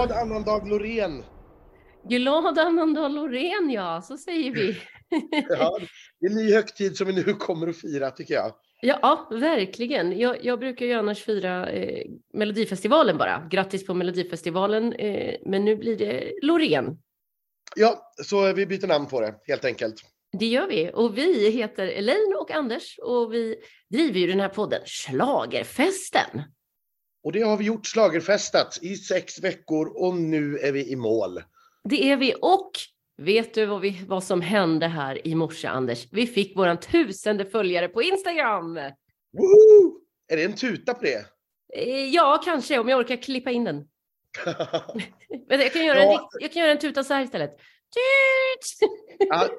Glad annandag Loreen! Glad annandag Loreen, ja, så säger vi. Ja, det är en ny högtid som vi nu kommer att fira, tycker jag. Ja, verkligen. Jag brukar ju annars fira Melodifestivalen bara. Grattis på Melodifestivalen. Men nu blir det Loreen. Ja, så vi byter namn på det, helt enkelt. Det gör vi. Och vi heter Elaine och Anders. Och vi driver ju den här podden Schlagerfesten. Och det har vi gjort, schlagerfestat i 6 veckor och nu är vi i mål. Det är vi. Och vet du vad som hände här i morse, Anders? Vi fick våran 1000:e följare på Instagram. Woohoo! Är det en tuta på det? Ja, kanske, om jag orkar klippa in den. Men jag kan göra en tuta så här istället. Tut! Ja,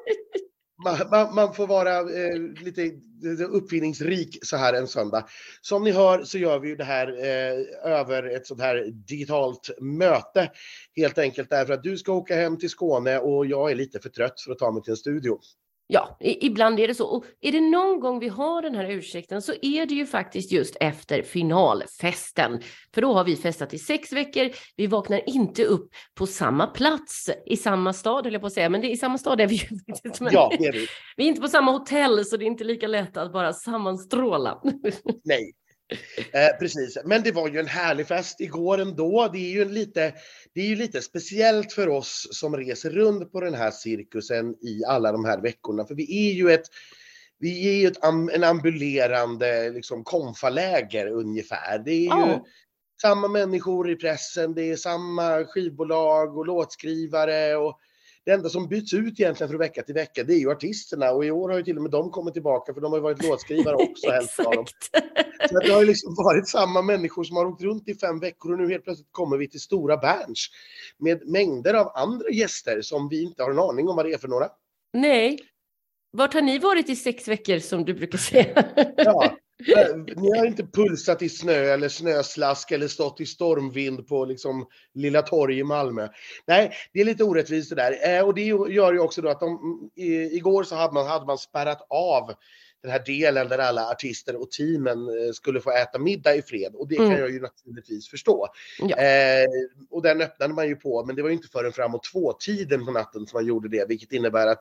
man får vara lite uppfinningsrik så här en söndag. Som ni hör så gör vi ju det här över ett sånt här digitalt möte. Helt enkelt därför att du ska åka hem till Skåne och jag är lite för trött för att ta mig till en studio. Ja, ibland är det så. Och är det någon gång vi har den här ursäkten så är det ju faktiskt just efter finalfesten. För då har vi festat i 6 veckor. Vi vaknar inte upp på samma plats i samma stad, eller på att säga. Men det är i samma stad är vi ju faktiskt. Men ja, det är vi. Vi är inte på samma hotell så det är inte lika lätt att bara sammanstråla. Nej. Precis, men det var ju en härlig fest igår ändå. Det är ju lite speciellt för oss som reser runt på den här cirkusen i alla de här veckorna. För vi är ju en ambulerande liksom konfaläger ungefär. Det är ju samma människor i pressen, det är samma skivbolag och låtskrivare och det enda som byts ut egentligen från vecka till vecka, det är ju artisterna. Och i år har ju till och med de kommit tillbaka, för de har ju varit låtskrivare också. Exakt. Så det har ju liksom varit samma människor som har åkt runt i 5 veckor. Och nu helt plötsligt kommer vi till Stora Berns med mängder av andra gäster som vi inte har en aning om vad det är för några. Nej. Vart har ni varit i 6 veckor som du brukar säga? Ja. Ni har inte pulsat i snö eller snöslask eller stått i stormvind på liksom Lilla Torg i Malmö. Nej, det är lite orättvist det där. Och det gör ju också då att igår så hade man spärrat av den här delen där alla artister och teamen skulle få äta middag i fred. Och det kan jag ju naturligtvis förstå. Ja. Och den öppnade man ju på, men det var ju inte förrän framåt 2-tiden på natten som man gjorde det. Vilket innebär att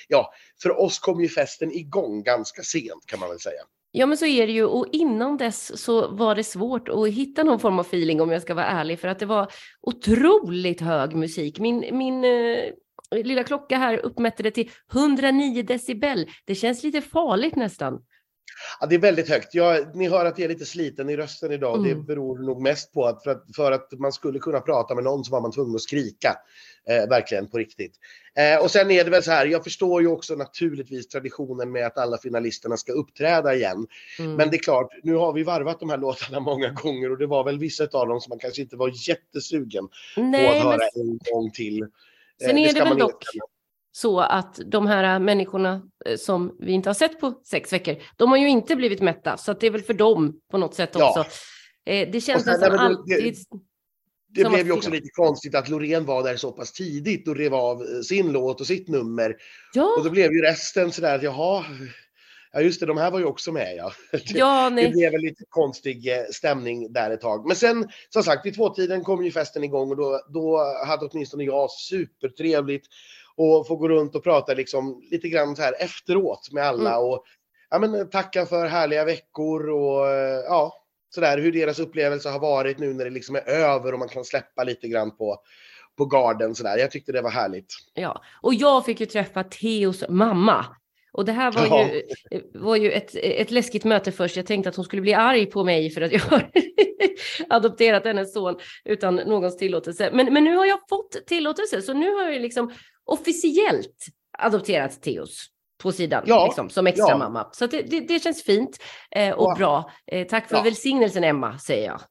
för oss kom ju festen igång ganska sent, kan man väl säga. Ja, men så är det ju. Och innan dess så var det svårt att hitta någon form av feeling, om jag ska vara ärlig. För att det var otroligt hög musik. Min lilla klocka här uppmätte det till 109 decibel. Det känns lite farligt nästan. Ja, det är väldigt högt. Ni hör att jag är lite sliten i rösten idag. Det beror nog mest på att för att man skulle kunna prata med någon så var man tvungen att skrika. Verkligen på riktigt. Och sen är det väl så här, jag förstår ju också naturligtvis traditionen med att alla finalisterna ska uppträda igen. Men det är klart, nu har vi varvat de här låtarna många gånger och det var väl vissa av dem som man kanske inte var jättesugen på att höra en gång till. Sen är det väl dock så att de här människorna som vi inte har sett på 6 veckor, de har ju inte blivit mätta. Så att det är väl för dem på något sätt också. Det känns nästan alltid... Det blev ju också lite konstigt att Loreen var där så pass tidigt och rev av sin låt och sitt nummer. Ja. Och då blev ju resten sådär att ja just det, de här var ju också med. Det blev en lite konstig stämning där ett tag. Men sen, som sagt, vid 2-tiden kom ju festen igång och då hade åtminstone jag supertrevligt och få gå runt och prata liksom lite grann så här efteråt med alla och tacka för härliga veckor och sådär, hur deras upplevelse har varit nu när det liksom är över och man kan släppa lite grann på garden sådär. Jag tyckte det var härligt. Ja, och jag fick ju träffa Theos mamma. Och det här var ju ett läskigt möte först. Jag tänkte att hon skulle bli arg på mig för att jag har adopterat hennes son utan någons tillåtelse. Men nu har jag fått tillåtelse, så nu har jag liksom officiellt adopterat Theos på sidan liksom, som extra mamma. Så det känns fint och bra. Tack för välsignelsen, Emma, säger jag.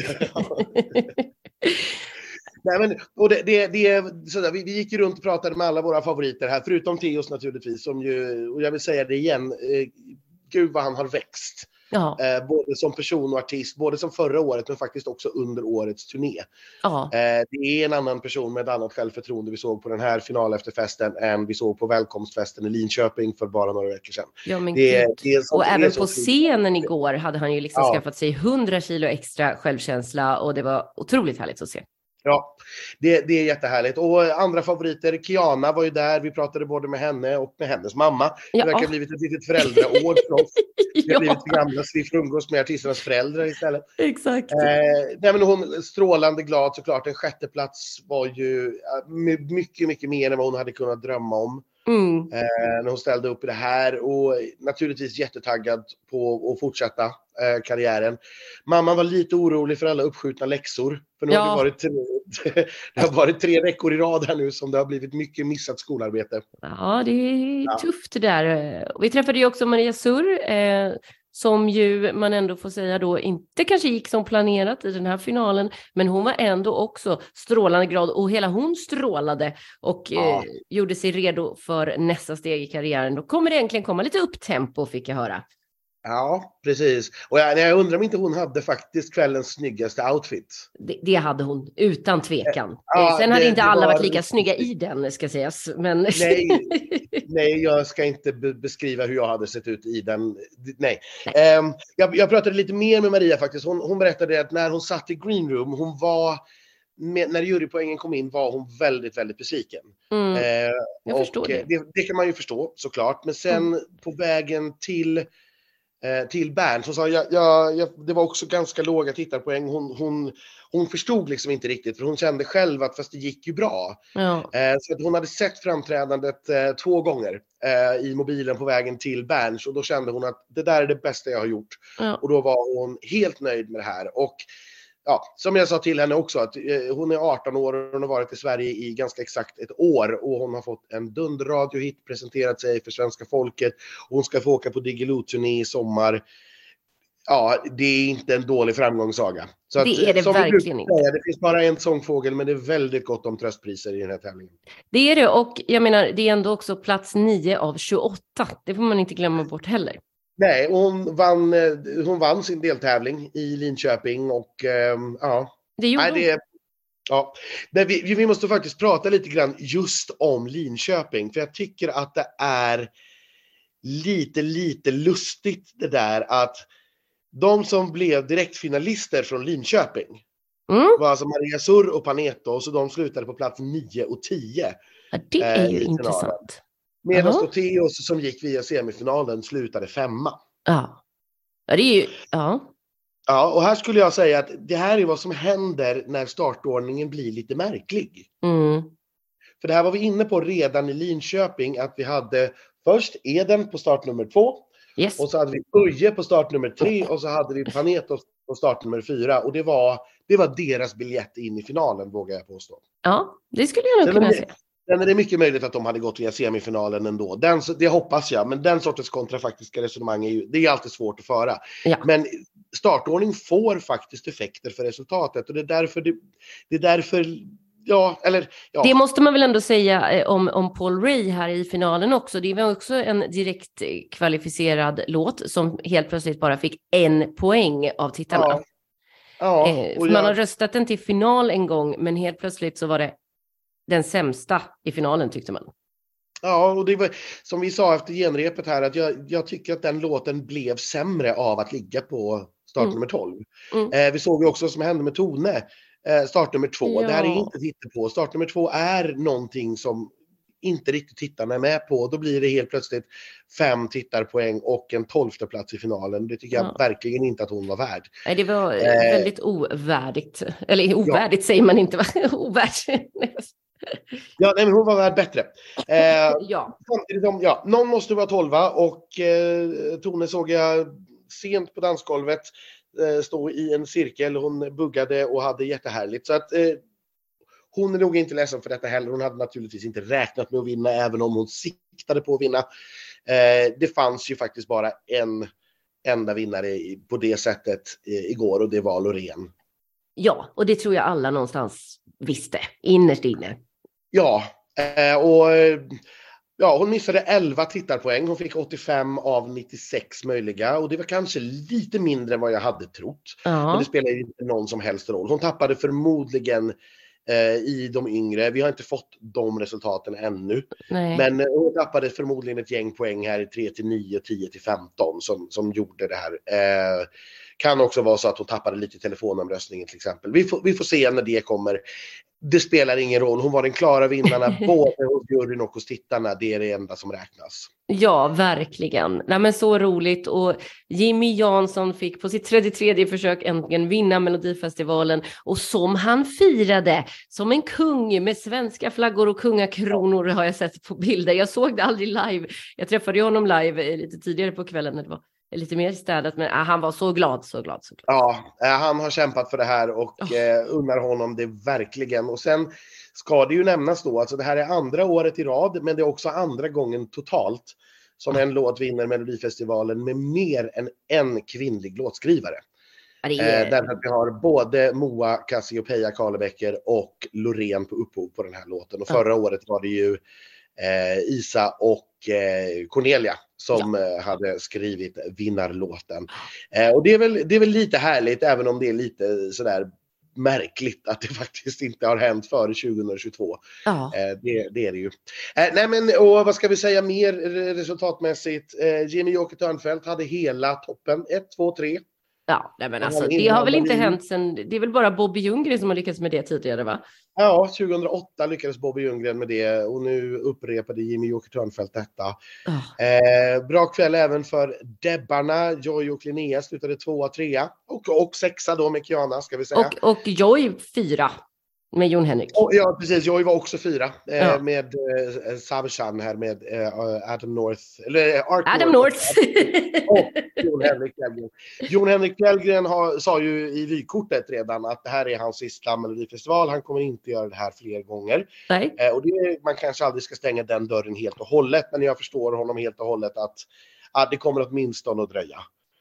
Nej, men, och det är sådär, vi gick ju runt och pratade med alla våra favoriter här, förutom Theos naturligtvis, som ju, och jag vill säga det igen, gud vad han har växt. Ja. Både som person och artist, både som förra året men faktiskt också under årets turné. Ja. Det är en annan person med ett annat självförtroende vi såg på den här final efterfesten än vi såg på välkomstfesten i Linköping för bara några veckor sedan. Ja, men och även på scenen igår hade han ju liksom skaffat sig 100 kilo extra självkänsla och det var otroligt härligt att se. Ja, det är jättehärligt. Och andra favoriter, Kiana var ju där. Vi pratade både med henne och med hennes mamma. Det verkar ha blivit ett litet föräldraår för oss. Vi har blivit för gamla så vi får umgås med artisternas föräldrar istället. Exakt. Nej, men hon strålande glad såklart. En sjätte plats var ju mycket, mycket mer än vad hon hade kunnat drömma om. När hon ställde upp i det här, och naturligtvis jättetaggad på att fortsätta karriären. Mamma var lite orolig för alla uppskjutna läxor, för nu har det har varit 3 veckor i rad här nu som det har blivit mycket missat skolarbete. Ja, det är tufft det där. Vi träffade ju också Maria Surr, som ju man ändå får säga då inte kanske gick som planerat i den här finalen, men hon var ändå också strålande glad, och hela hon strålade och gjorde sig redo för nästa steg i karriären. Då kommer det egentligen komma lite upptempo, fick jag höra. Ja, precis. Och jag undrar om inte hon hade faktiskt kvällens snyggaste outfit. Det hade hon, utan tvekan. Sen hade inte alla varit lika snygga i den, ska sägas. Men... Nej, jag ska inte beskriva hur jag hade sett ut i den. Nej. Jag pratade lite mer med Maria faktiskt. Hon berättade att när hon satt i green room, hon var... när jurypoängen kom in var hon väldigt, väldigt besviken. Jag förstår det. Det kan man ju förstå såklart. Men sen på vägen till Bernt så sa det var också ganska låga tittarpoäng. Hon förstod liksom inte riktigt, för hon kände själv att fast det gick ju bra. Så att hon hade sett framträdandet 2 gånger i mobilen på vägen till Bernt, och då kände hon att det där är det bästa jag har gjort. Och då var hon helt nöjd med det här. Och som jag sa till henne också, att hon är 18 år och hon har varit i Sverige i ganska exakt ett år, och hon har fått en dunderradiohit, presenterat sig för svenska folket, och hon ska få åka på Diggiloo-turné i sommar. Ja, det är inte en dålig framgångssaga. Så det är det verkligen inte. Det finns bara en sångfågel, men det är väldigt gott om tröstpriser i den här tävlingen. Det är det, och jag menar, det är ändå också plats 9 av 28. Det får man inte glömma bort heller. Nej, hon vann sin deltävling i Linköping, och det gjorde hon. Men vi måste faktiskt prata lite grann just om Linköping, för jag tycker att det är lite lustigt det där att de som blev direktfinalister från Linköping var alltså Maria Surr och Paneto, så de slutade på plats 9 och 10. Ja, det är ju intressant. Medan då Theos, som gick via semifinalen, slutade 5. Ja, det är ju... Ja, och här skulle jag säga att det här är vad som händer när startordningen blir lite märklig. För det här var vi inne på redan i Linköping, att vi hade först Eden på start nummer 2. Yes. Och så hade vi Uje på start nummer 3, och så hade vi Paneto på start nummer 4. Och det var deras biljett in i finalen, vågar jag påstå. Ja, det skulle jag nog kunna säga. Sen är det mycket möjligt att de hade gått via semifinalen ändå. Det hoppas jag. Men den sortens kontrafaktiska resonemang det är alltid svårt att föra. Ja. Men startordning får faktiskt effekter för resultatet. Och det är därför Det måste man väl ändå säga om Paul Ray här i finalen också. Det var också en direkt kvalificerad låt som helt plötsligt bara fick 1 poäng av tittarna. Man har röstat den till final en gång, men helt plötsligt så var det den sämsta i finalen, tyckte man. Ja, och det var som vi sa efter genrepet här, att jag tycker att den låten blev sämre av att ligga på start nummer 12. Vi såg ju också vad som hände med Tone, start nummer 2. Det här är inte titta på. Start nummer 2 är någonting som inte riktigt tittarna är med på. Då blir det helt plötsligt 5 tittarpoäng och en 12:e plats i finalen. Det tycker jag verkligen inte att hon var värd. Nej, det var väldigt ovärdigt. Eller ovärdigt säger man inte, va? Ovärdigt. Men hon var värd bättre. Någon måste vara 12, och Tone såg jag sent på dansgolvet stå i en cirkel. Hon buggade och hade jättehärligt. Så att hon är nog inte ledsen för detta heller. Hon hade naturligtvis inte räknat med att vinna, även om hon siktade på att vinna. Det fanns ju faktiskt bara en enda vinnare på det sättet igår, och det var Loreen. Ja, och det tror jag alla någonstans visste, innerst inne. Hon missade 11 tittarpoäng. Hon fick 85 av 96 möjliga. Och det var kanske lite mindre än vad jag hade trott. Men det spelar ju inte någon som helst roll. Hon tappade förmodligen i de yngre. Vi har inte fått de resultaten ännu. Nej. Men hon tappade förmodligen ett gäng poäng här i 3-9 och 10-15 som gjorde det här. Kan också vara så att hon tappade lite i telefonomröstningen till exempel. Vi får se när det kommer. Det spelar ingen roll. Hon var den klara vinnarna både hos juryn och hos tittarna. Det är det enda som räknas. Ja, verkligen. Nej, men så roligt. Och Jimmy Jansson fick på sitt 33:e försök äntligen vinna Melodifestivalen. Och som han firade som en kung med svenska flaggor och kungakronor har jag sett på bilder. Jag såg det aldrig live. Jag träffade honom live lite tidigare på kvällen när det var lite mer städat, men han var så glad. Ja, han har kämpat för det här och unnar honom det verkligen. Och sen ska det ju nämnas då, alltså det här är andra året i rad, men det är också andra gången totalt som en låt vinner Melodifestivalen med mer än en kvinnlig låtskrivare. Därför att vi har både Moa Cassiopeia Karlebäcker och Loreen på upphov på den här låten. Och förra året var det ju Isa och Cornelia som hade skrivit vinnarlåten. Och det är väl lite härligt, även om det är lite sådär märkligt att det faktiskt inte har hänt före 2022. Det är det ju. Nej men, och vad ska vi säga mer resultatmässigt? Jimmy Joker Törnfeldt hade hela toppen, 1, 2, 3. Ja, nej men alltså, det har väl inte hänt sen, det är väl bara Bobby Ljunggren som har lyckats med det tidigare, va? Ja, 2008 lyckades Bobby Ljunggren med det och nu upprepade Jimmy Joker Törnfeldt detta. Bra kväll även för Debbarna. Joy och Linnea slutade 2, 3 och 6 då med Kiana, ska vi säga. Och Joy 4 med Jon Henrik. Ja, precis. Joy var också 4 med Savchan här med Adam North. Eller Adam North. Och Jon Henrik Fjällgren sa ju i vykortet redan att det här är hans sista Melodifestival. Han kommer inte göra det här fler gånger. Nej. Och man kanske aldrig ska stänga den dörren helt och hållet. Men jag förstår honom helt och hållet att det kommer åtminstone att dröja.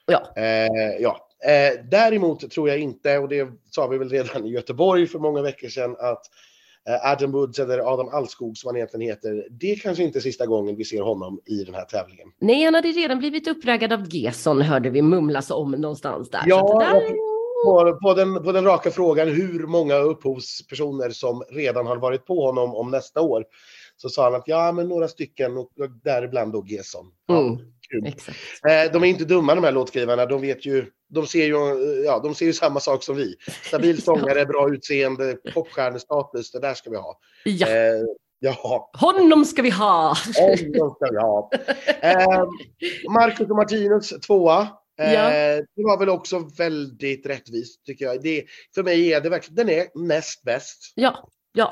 Ja. Däremot tror jag inte, och det sa vi väl redan i Göteborg för många veckor sedan, att Adam Woods eller Adam Alskog som han egentligen heter, det är kanske inte sista gången vi ser honom i den här tävlingen. Nej, han hade redan blivit uppraggad av Gesson, hörde vi mumlas om någonstans där. Ja, på den raka frågan hur många upphovspersoner som redan har varit på honom om nästa år, så sa han att men några stycken, och däribland då Gesson. Exakt. De är inte dumma, de här låtskrivarna. De ser ju samma sak som vi. Stabil sångare, bra utseende, popstjärnestatus, det där ska vi ha. Honom ska vi ha. Marcus och Martinus 2. Det var väl också väldigt rättvist, tycker jag. För mig är det verkligen, den är näst bäst. Ja.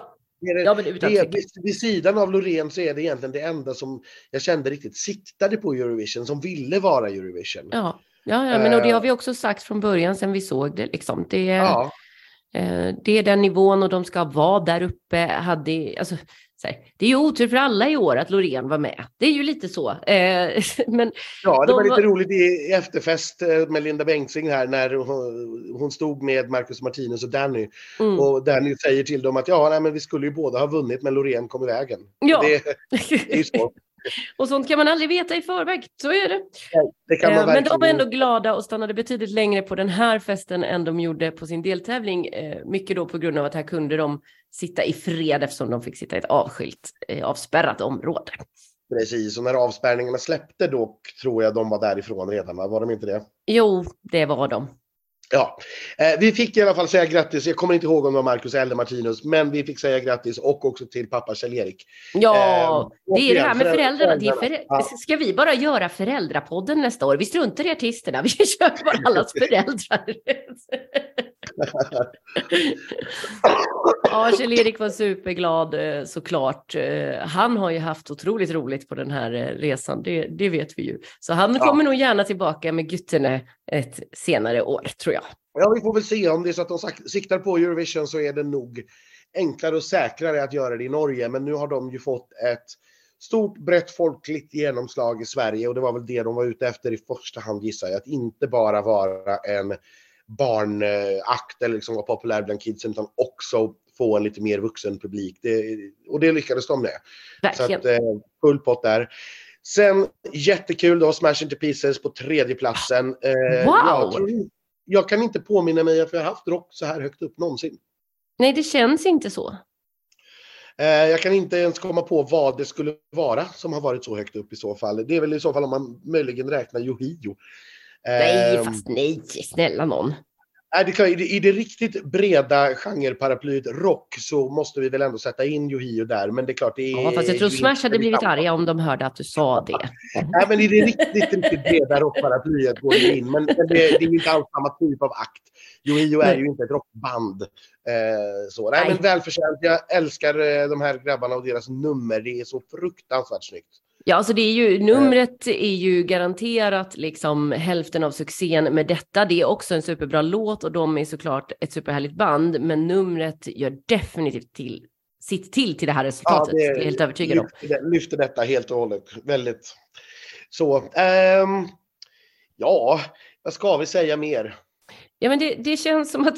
Vid sidan av Loreen så är det egentligen det enda som jag kände riktigt siktade på Eurovision, som ville vara Eurovision. Ja, men och det har vi också sagt från början sen vi såg det. Liksom. Det är den nivån och de ska vara där uppe. Det är ju otur för alla i år att Loreen var med. Det är ju lite så. Men det var lite roligt i efterfest med Linda Bengtzing här när hon stod med Marcus Martinus och Danny. Och Danny säger till dem att men vi skulle ju båda ha vunnit, men Loreen kom i vägen. Ja. Det är ju så. Och sånt kan man aldrig veta i förväg, så är det. Det kan man men de var ändå glada och stannade betydligt längre på den här festen än de gjorde på sin deltävling. Mycket då på grund av att här kunde de sitta i fred eftersom de fick sitta i ett avspärrat område. Precis, och när avspärrningarna släppte då tror jag de var därifrån redan, var de inte det? Jo, det var de. Ja, vi fick i alla fall säga grattis. Jag kommer inte ihåg om det var Marcus eller Martinus, men vi fick säga grattis och också till pappa Kjell-Erik. Ja, det är det här med föräldrarna. Ska vi bara göra föräldrapodden nästa år? Vi struntar i artisterna, vi kör bara allas föräldrar. Ja, Kjell-Erik var superglad såklart. Han har ju haft otroligt roligt på den här resan, det vet vi ju. Så han kommer nog gärna tillbaka med Gyttene ett senare år, tror jag. Ja, vi får väl se. Om det är så att de siktar på Eurovision så är det nog enklare och säkrare att göra det i Norge. Men nu har de ju fått ett stort, brett folkligt genomslag i Sverige. Och det var väl det de var ute efter i första hand, gissar jag. Att inte bara vara en barnakt eller liksom vara populär bland kidsen, utan också få en lite mer vuxen publik. Och det lyckades de med. Verkligen. Så att full pott där. Sen jättekul då, Smash Into Pieces på 3:e platsen. Wow! Jag kan inte påminna mig att vi har haft rock så här högt upp någonsin. Nej, det känns inte så. Jag kan inte ens komma på vad det skulle vara som har varit så högt upp i så fall. Det är väl i så fall om man möjligen räknar Yohio. Nej, fast nej, snälla någon. I det riktigt breda genreparaplyet rock så måste vi väl ändå sätta in Yohio där. Men det är klart, det är... Ja, fast jag tror Smash hade blivit arga om de hörde att du sa det. Nej, men i det riktigt breda rockparaplyet går det in. Men det är inte alls samma typ av akt. Yohio är ju inte ett rockband. Nej, men välförtjänt. Jag älskar de här grabbarna och deras nummer. Det är så fruktansvärt snyggt. Ja, alltså det är ju, numret är ju garanterat liksom hälften av succén med detta. Det är också en superbra låt och de är såklart ett superhärligt band. Men numret gör definitivt sitt till det här resultatet. Ja, det är helt övertygad om. Lyfter detta helt och hållet. Väldigt så. Ja, vad ska vi säga mer? Ja, men det känns som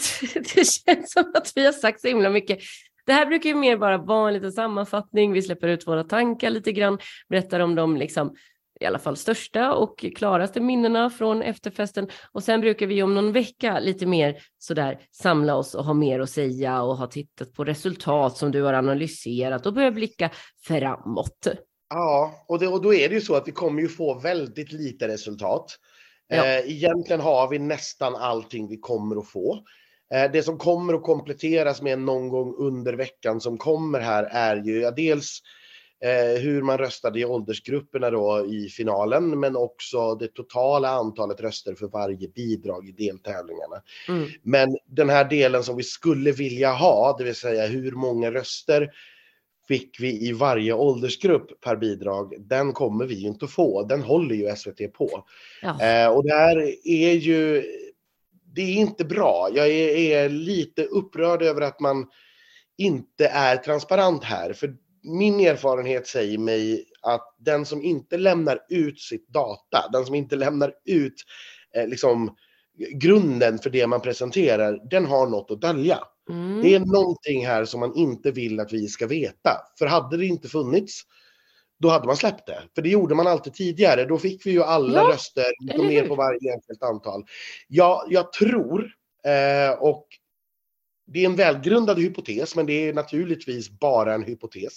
att vi har sagt så himla mycket. Det här brukar ju mer bara vara en liten sammanfattning. Vi släpper ut våra tankar lite grann. Berättar om de liksom, i alla fall största och klaraste minnena från efterfesten. Och sen brukar vi om någon vecka lite mer sådär samla oss och ha mer att säga. Och ha tittat på resultat som du har analyserat. Och börja blicka framåt. Ja, och då är det ju så att vi kommer ju få väldigt lite resultat. Ja. Egentligen har vi nästan allting vi kommer att få. Det som kommer att kompletteras med någon gång under veckan som kommer här är ju dels hur man röstade i åldersgrupperna då i finalen, men också det totala antalet röster för varje bidrag i deltävlingarna. Men den här delen som vi skulle vilja ha, det vill säga hur många röster fick vi i varje åldersgrupp per bidrag, den kommer vi ju inte att få. Den håller ju SVT på. Ja. Och det här är ju... Det är inte bra. Jag är lite upprörd över att man inte är transparent här. För min erfarenhet säger mig att den som inte lämnar ut sitt data, den som inte lämnar ut liksom grunden för det man presenterar, den har något att dölja. Det är någonting här som man inte vill att vi ska veta. För hade det inte funnits, då hade man släppt det. För det gjorde man alltid tidigare. Då fick vi ju alla röster och ner på varje enskilt antal. Ja, jag tror, och det är en välgrundad hypotes, men det är naturligtvis bara en hypotes.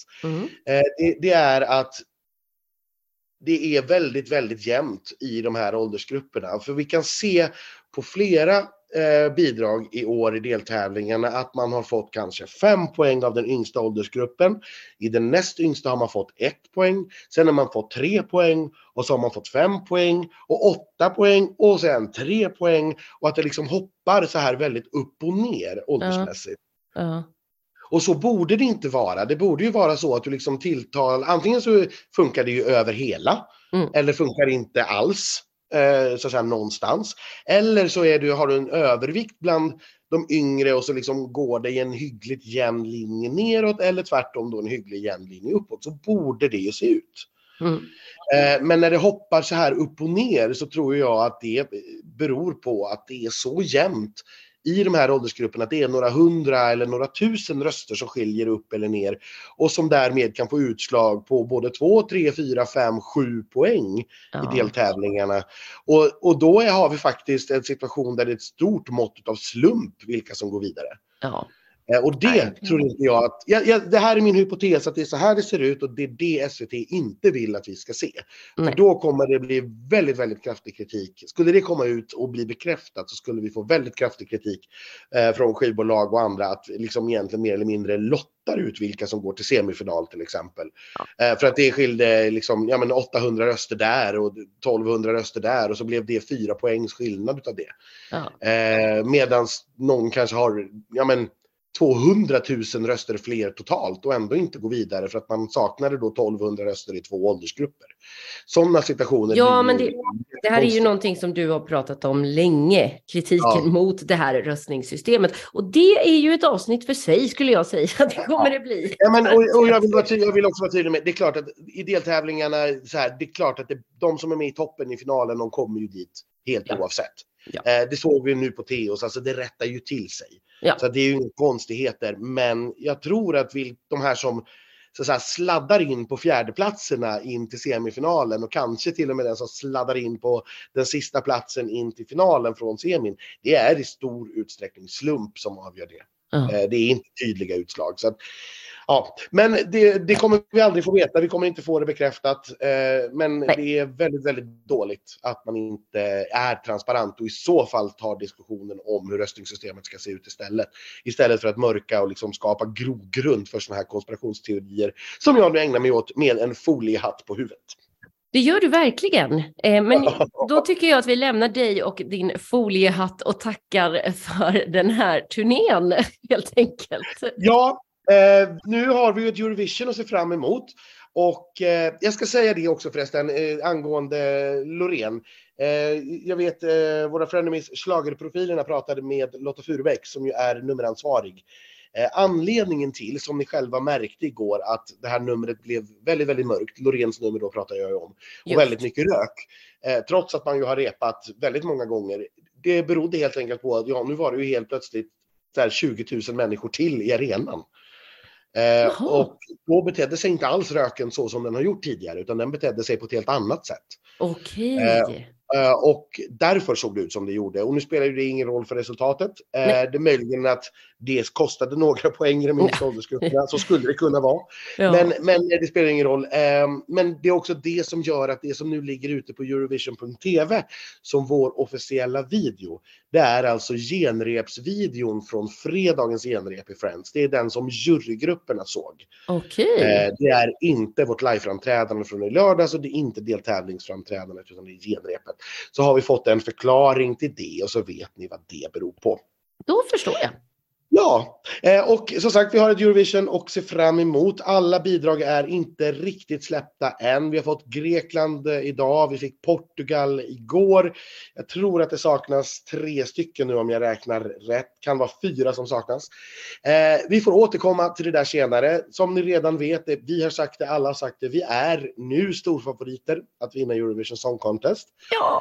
Det är att det är väldigt, väldigt jämnt i de här åldersgrupperna. För vi kan se på flera bidrag i år i deltävlingarna att man har fått kanske 5 poäng av den yngsta åldersgruppen. I den näst yngsta har man fått 1 poäng. Sen har man fått 3 poäng och så har man fått 5 poäng och 8 poäng och sen 3 poäng. Och att det liksom hoppar så här väldigt upp och ner åldersmässigt. Och så borde det inte vara. Det borde ju vara så att du liksom antingen så funkar det ju över hela eller funkar det inte alls. Så att säga någonstans. Eller så har du en övervikt bland de yngre och så liksom går det i en hyggligt jämn linje neråt eller tvärtom då en hygglig jämn linje uppåt. Så borde det ju se ut. Men när det hoppar så här upp och ner så tror jag att det beror på att det är så jämnt i de här åldersgrupperna att det är några 100 eller några 1000 röster som skiljer upp eller ner och som därmed kan få utslag på både 2, 3, 4, 5, 7 poäng i deltävlingarna. Och då har vi faktiskt en situation där det är ett stort mått av slump vilka som går vidare. Ja. Och det tror inte jag att... det här är min hypotes att det är så här det ser ut och det är det SVT inte vill att vi ska se. För då kommer det bli väldigt, väldigt kraftig kritik. Skulle det komma ut och bli bekräftat så skulle vi få väldigt kraftig kritik från skivbolag och andra att liksom egentligen mer eller mindre lottar ut vilka som går till semifinal till exempel. För att det skilde liksom, 800 röster där och 1200 röster där och så blev det 4 poängs skillnad utav det. Medan någon kanske har... 200 000 röster fler totalt och ändå inte gå vidare för att man saknade då 1200 röster i 2 åldersgrupper. Sådana situationer. Ja, men det här är ju någonting som du har pratat om länge. Kritiken mot det här röstningssystemet. Och det är ju ett avsnitt för sig skulle jag säga. Det kommer det bli. Ja, men, och jag vill också vara tydlig med, det är klart att i deltävlingarna så här, det är klart att de som är med i toppen i finalen, de kommer ju dit helt oavsett. Det såg vi nu på Teos, alltså det rättar ju till sig. Så det är ju inga konstigheter, men jag tror att de här som så att säga, sladdar in på fjärdeplatserna in till semifinalen och kanske till och med den som sladdar in på den sista platsen in till finalen från semin, det är i stor utsträckning slump som avgör det. Det är inte tydliga utslag. Så att, Ja, men det kommer vi aldrig få veta. Vi kommer inte få det bekräftat. Men det är väldigt, väldigt dåligt att man inte är transparent och i så fall tar diskussionen om hur röstningssystemet ska se ut istället för att mörka och liksom skapa grogrund för såna här konspirationsteorier som jag nu ägnar mig åt med en foliehatt på huvudet. Det gör du verkligen. Men då tycker jag att vi lämnar dig och din foliehatt och tackar för den här turnén helt enkelt. Ja, nu har vi ju ett Eurovision att se fram emot. Och jag ska säga det också förresten angående Loreen. Jag vet våra frenemies schlagerprofilerna pratade med Lotta Furubäck som ju är nummeransvarig. Anledningen till, som ni själva märkte igår, att det här numret blev väldigt, väldigt mörkt. Loreens nummer då pratar jag ju om. Och väldigt mycket rök. Trots att man ju har repat väldigt många gånger. Det berodde helt enkelt på att nu var det ju helt plötsligt där 20 000 människor till i arenan. Och då betedde sig inte alls röken så som den har gjort tidigare, utan den betedde sig på ett helt annat sätt. Okej. Och därför såg det ut som det gjorde. Och nu spelar det ingen roll för resultatet. Det är möjligen att det kostade några poäng i de minsta åldersgrupperna. Så skulle det kunna vara. Ja. Men det spelar ingen roll. Men det är också det som gör att det som nu ligger ute på Eurovision.tv som vår officiella video. Det är alltså genrepsvideon från fredagens genrep i Friends. Det är den som jurygrupperna såg. Okej. Det är inte vårt liveframträdande från i lördags och det är inte deltävlingsframträdandet utan det är genrepet. Så har vi fått en förklaring till det och så vet ni vad det beror på. Då förstår jag. Ja, och som sagt vi har ett Eurovision och ser fram emot. Alla bidrag är inte riktigt släppta än. Vi har fått Grekland idag, vi fick Portugal igår. Jag tror att det saknas 3 stycken nu om jag räknar rätt. Kan vara 4 som saknas. Vi får återkomma till det där senare. Som ni redan vet, vi har sagt det, alla har sagt det. Vi är nu storfavoriter att vinna Eurovision Song Contest. Ja.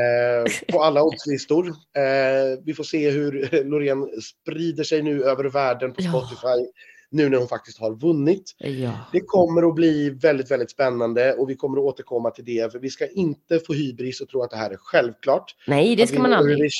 På alla oddslistor. Vi får se hur Loreen sprider sig nu över världen på Spotify nu när hon faktiskt har vunnit. Det kommer att bli väldigt, väldigt spännande och vi kommer att återkomma till det, för vi ska inte få hybris och tro att det här är självklart. Nej, det ska man aldrig.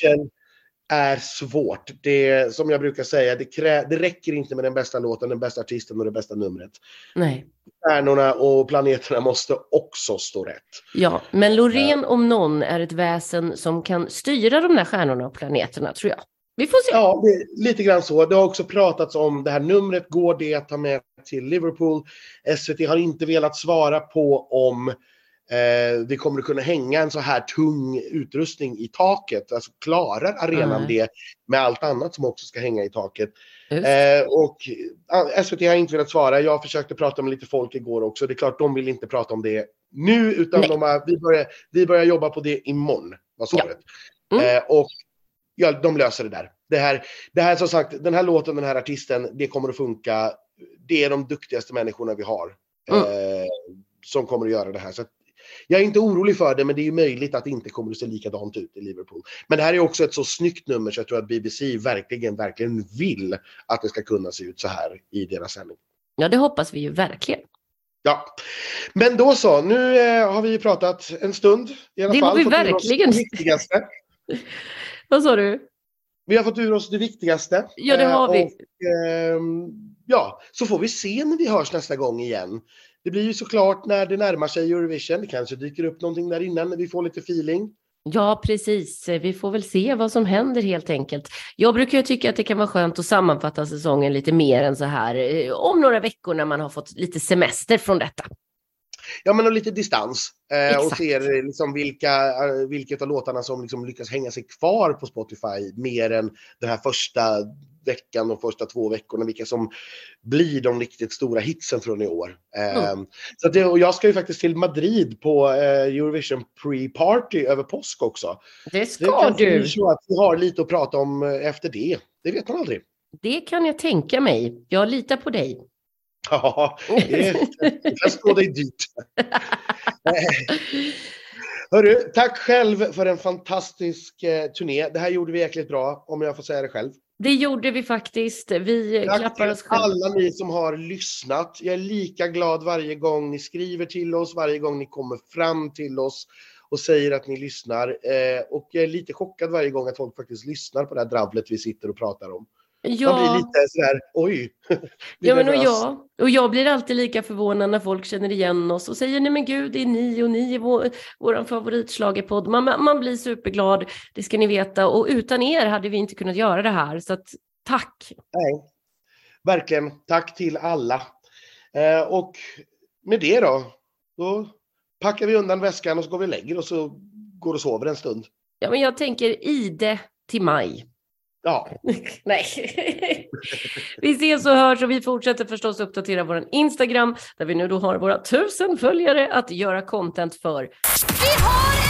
Är svårt. Det, som jag brukar säga, det räcker inte med den bästa låten, den bästa artisten och det bästa numret. Nej. Stjärnorna och planeterna måste också stå rätt. Ja, men Loreen om någon är ett väsen som kan styra de där stjärnorna och planeterna, tror jag. Vi får se. Ja, det är lite grann så. Det har också pratats om det här numret. Går det att ta med till Liverpool? SVT har inte velat svara på om det kommer att kunna hänga en så här tung utrustning i taket. Alltså klarar arenan det med allt annat som också ska hänga i taket? Och SVT har inte velat svara. Jag försökte prata med lite folk igår också. Det är klart, de vill inte prata om det nu, utan vi börjar jobba på det imorgon. Vad svaret. Och de löser det där. Det här som sagt, den här låten, den här artisten, det kommer att funka. Det är de duktigaste människorna vi har som kommer att göra det här. Så att jag är inte orolig för det, men det är ju möjligt att det inte kommer att se likadant ut i Liverpool. Men det här är också ett så snyggt nummer så jag tror att BBC verkligen vill att det ska kunna se ut så här i deras sändning. Ja, det hoppas vi ju verkligen. Ja, men då så, nu har vi pratat en stund i alla fall. Det har vi verkligen. Det viktigaste. Vad sa du? Vi har fått ur oss det viktigaste. Ja, det har vi. Och, så får vi se när vi hörs nästa gång igen. Det blir ju såklart när det närmar sig Eurovision. Det kanske dyker upp någonting där innan när vi får lite feeling. Ja, precis. Vi får väl se vad som händer helt enkelt. Jag brukar ju tycka att det kan vara skönt att sammanfatta säsongen lite mer än så här om några veckor när man har fått lite semester från detta. Ja, men och lite distans. Och ser liksom vilket av låtarna som liksom lyckas hänga sig kvar på Spotify mer än den här första veckan och första 2 veckorna, vilka som blir de riktigt stora hitsen från i år. Så att och jag ska ju faktiskt till Madrid på Eurovision pre-party över påsk också. Det ska du. Så att vi har lite att prata om efter det. Det vet man aldrig. Det kan jag tänka mig. Jag litar på dig. Ja, det kan stå dig dyrt. Hörru, tack själv för en fantastisk turné. Det här gjorde vi jäkligt bra, om jag får säga det själv. Det gjorde vi faktiskt. Vi klappar oss själva. Alla ni som har lyssnat. Jag är lika glad varje gång ni skriver till oss, varje gång ni kommer fram till oss och säger att ni lyssnar. Och jag är lite chockad varje gång att folk faktiskt lyssnar på det här dravlet vi sitter och pratar om. Ja. Man blir lite sådär, oj. Ja, men och jag blir alltid lika förvånad när folk känner igen oss och säger nej men gud, det är ni och ni är våran favoritschlagerpodd. Man blir superglad, det ska ni veta. Och utan er hade vi inte kunnat göra det här, så att tack. Nej, verkligen. Tack till alla. Och med det då packar vi undan väskan och så går vi och lägger oss och går och sover en stund. Ja, men jag tänker ide till maj. Ja. Nej. Vi ses och hörs, och vi fortsätter förstås uppdatera vår Instagram där vi nu då har våra 1000 följare att göra content för. Vi har